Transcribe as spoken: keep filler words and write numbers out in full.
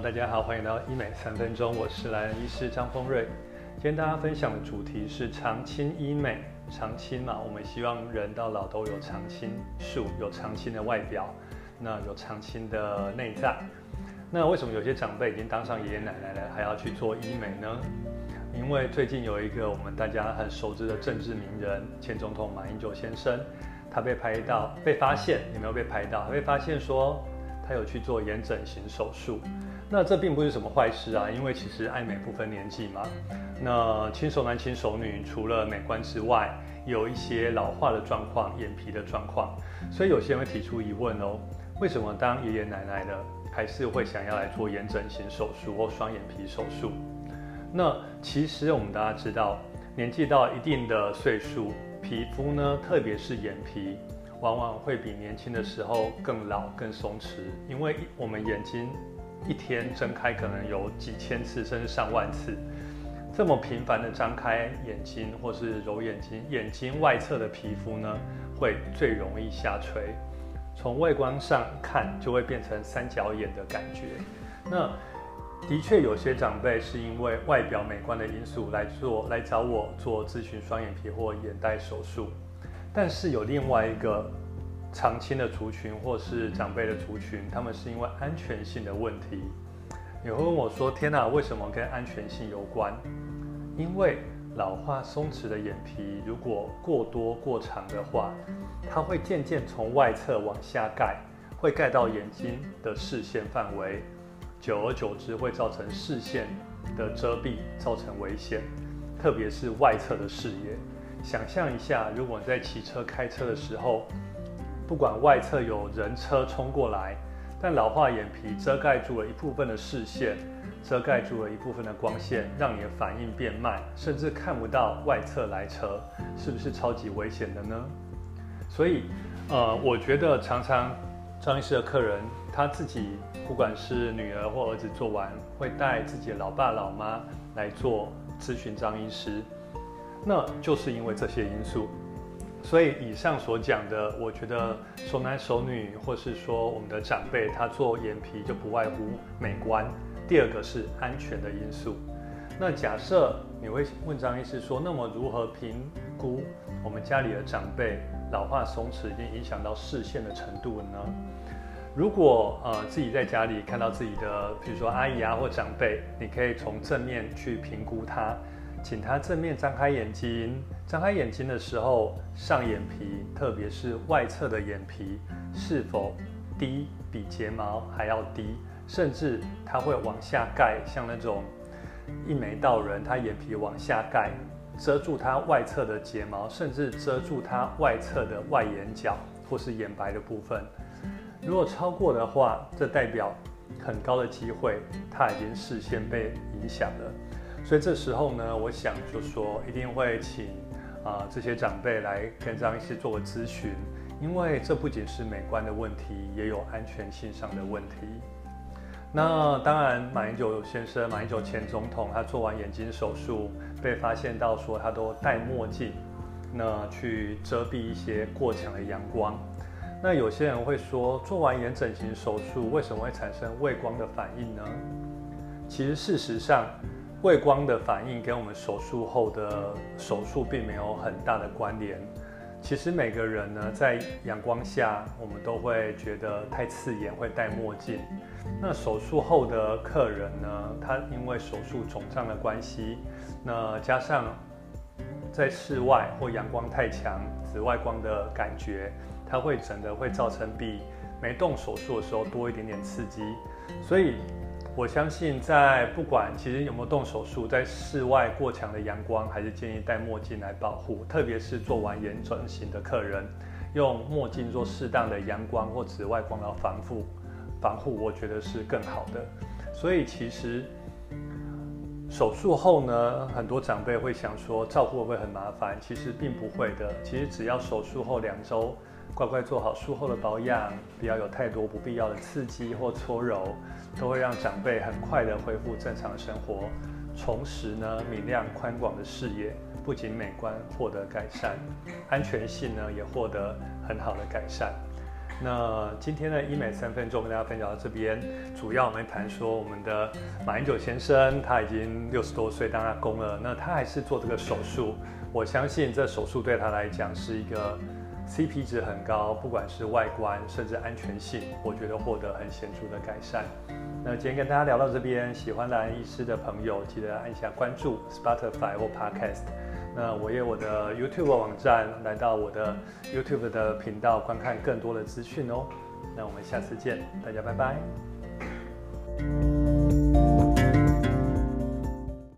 大家好，欢迎来到医美三分钟，我是来人医师张丰瑞。今天大家分享的主题是长青医美。长青嘛，我们希望人到老都有长青树，有长青的外表，那有长青的内在。那为什么有些长辈已经当上爷爷奶奶了，还要去做医美呢？因为最近有一个我们大家很熟知的政治名人，前总统马英九先生，他被拍到，被发现有没有被拍到？他被发现说他有去做眼整形手术。那这并不是什么坏事啊，因为其实爱美不分年纪嘛。那轻熟男轻熟女除了美观之外，有一些老化的状况，眼皮的状况，所以有些人会提出疑问哦，为什么当爷爷奶奶的还是会想要来做眼整形手术或双眼皮手术？那其实我们大家知道，年纪到一定的岁数，皮肤呢，特别是眼皮，往往会比年轻的时候更老、更松弛，因为我们眼睛一天睁开可能有几千次甚至上万次，这么频繁的张开眼睛或是揉眼睛，眼睛外侧的皮肤呢会最容易下垂，从外观上看就会变成三角眼的感觉。那的确有些长辈是因为外表美观的因素来做来找我做咨询双眼皮或眼袋手术，但是有另外一个长青的族群或是长辈的族群，他们是因为安全性的问题。你会问我说：“天哪，为什么跟安全性有关？”因为老化松弛的眼皮如果过多过长的话，它会渐渐从外侧往下盖，会盖到眼睛的视线范围，久而久之会造成视线的遮蔽，造成危险，特别是外侧的视野。想象一下，如果你在骑车开车的时候，不管外侧有人车冲过来，但老化眼皮遮盖住了一部分的视线，遮盖住了一部分的光线，让你的反应变慢，甚至看不到外侧来车，是不是超级危险的呢？所以，呃，我觉得常常张医师的客人他自己，不管是女儿或儿子做完，会带自己的老爸老妈来做咨询张医师，那就是因为这些因素。所以以上所讲的，我觉得熟男熟女，或是说我们的长辈，他做眼皮就不外乎美观。第二个是安全的因素。那假设你会问张医师说，那么如何评估我们家里的长辈老化松弛已经影响到视线的程度呢？如果呃自己在家里看到自己的，比如说阿姨啊或长辈，你可以从正面去评估他。请他正面张开眼睛，张开眼睛的时候，上眼皮，特别是外侧的眼皮，是否低比睫毛还要低，甚至它会往下盖，像那种一眉道人，他眼皮往下盖，遮住他外侧的睫毛，甚至遮住他外侧的外眼角或是眼白的部分。如果超过的话，这代表很高的机会，他已经视线被影响了。所以这时候呢，我想就说一定会请啊、呃、这些长辈来跟张医师做个咨询，因为这不仅是美观的问题，也有安全性上的问题。那当然，马英九先生，马英九前总统，他做完眼睛手术，被发现到说他都戴墨镜，那去遮蔽一些过强的阳光。那有些人会说，做完眼整形手术为什么会产生畏光的反应呢？其实事实上，畏光的反应跟我们手术后的手术并没有很大的关联。其实每个人呢，在阳光下，我们都会觉得太刺眼，会戴墨镜。那手术后的客人呢，他因为手术肿胀的关系，那加上在室外或阳光太强，紫外光的感觉，它会整个会造成比没动手术的时候多一点点刺激，所以我相信，在不管其实有没有动手术，在室外过强的阳光，还是建议戴墨镜来保护，特别是做完眼整形的客人，用墨镜做适当的阳光或紫外光的防护，防护我觉得是更好的。所以其实手术后呢，很多长辈会想说，照顾会不会很麻烦？其实并不会的。其实只要手术后两周，乖乖做好术后的保养，不要有太多不必要的刺激或搓揉，都会让长辈很快的恢复正常的生活，重拾呢明亮宽广的视野，不仅美观获得改善，安全性呢也获得很好的改善。 那今天的医美三分钟跟大家分享到这边，主要我们谈说我们的马英九先生，他已经六十多岁当阿公了，那他还是做这个手术，我相信这手术对他来讲是一个 C P 值很高，不管是外观甚至安全性，我觉得获得很显著的改善。那今天跟大家聊到这边，喜欢蓝医师的朋友记得按下关注 Spotify 或 Podcast。那我也有我的 YouTube 网站，来到我的 YouTube 的频道观看更多的资讯哦。那我们下次见，大家拜拜。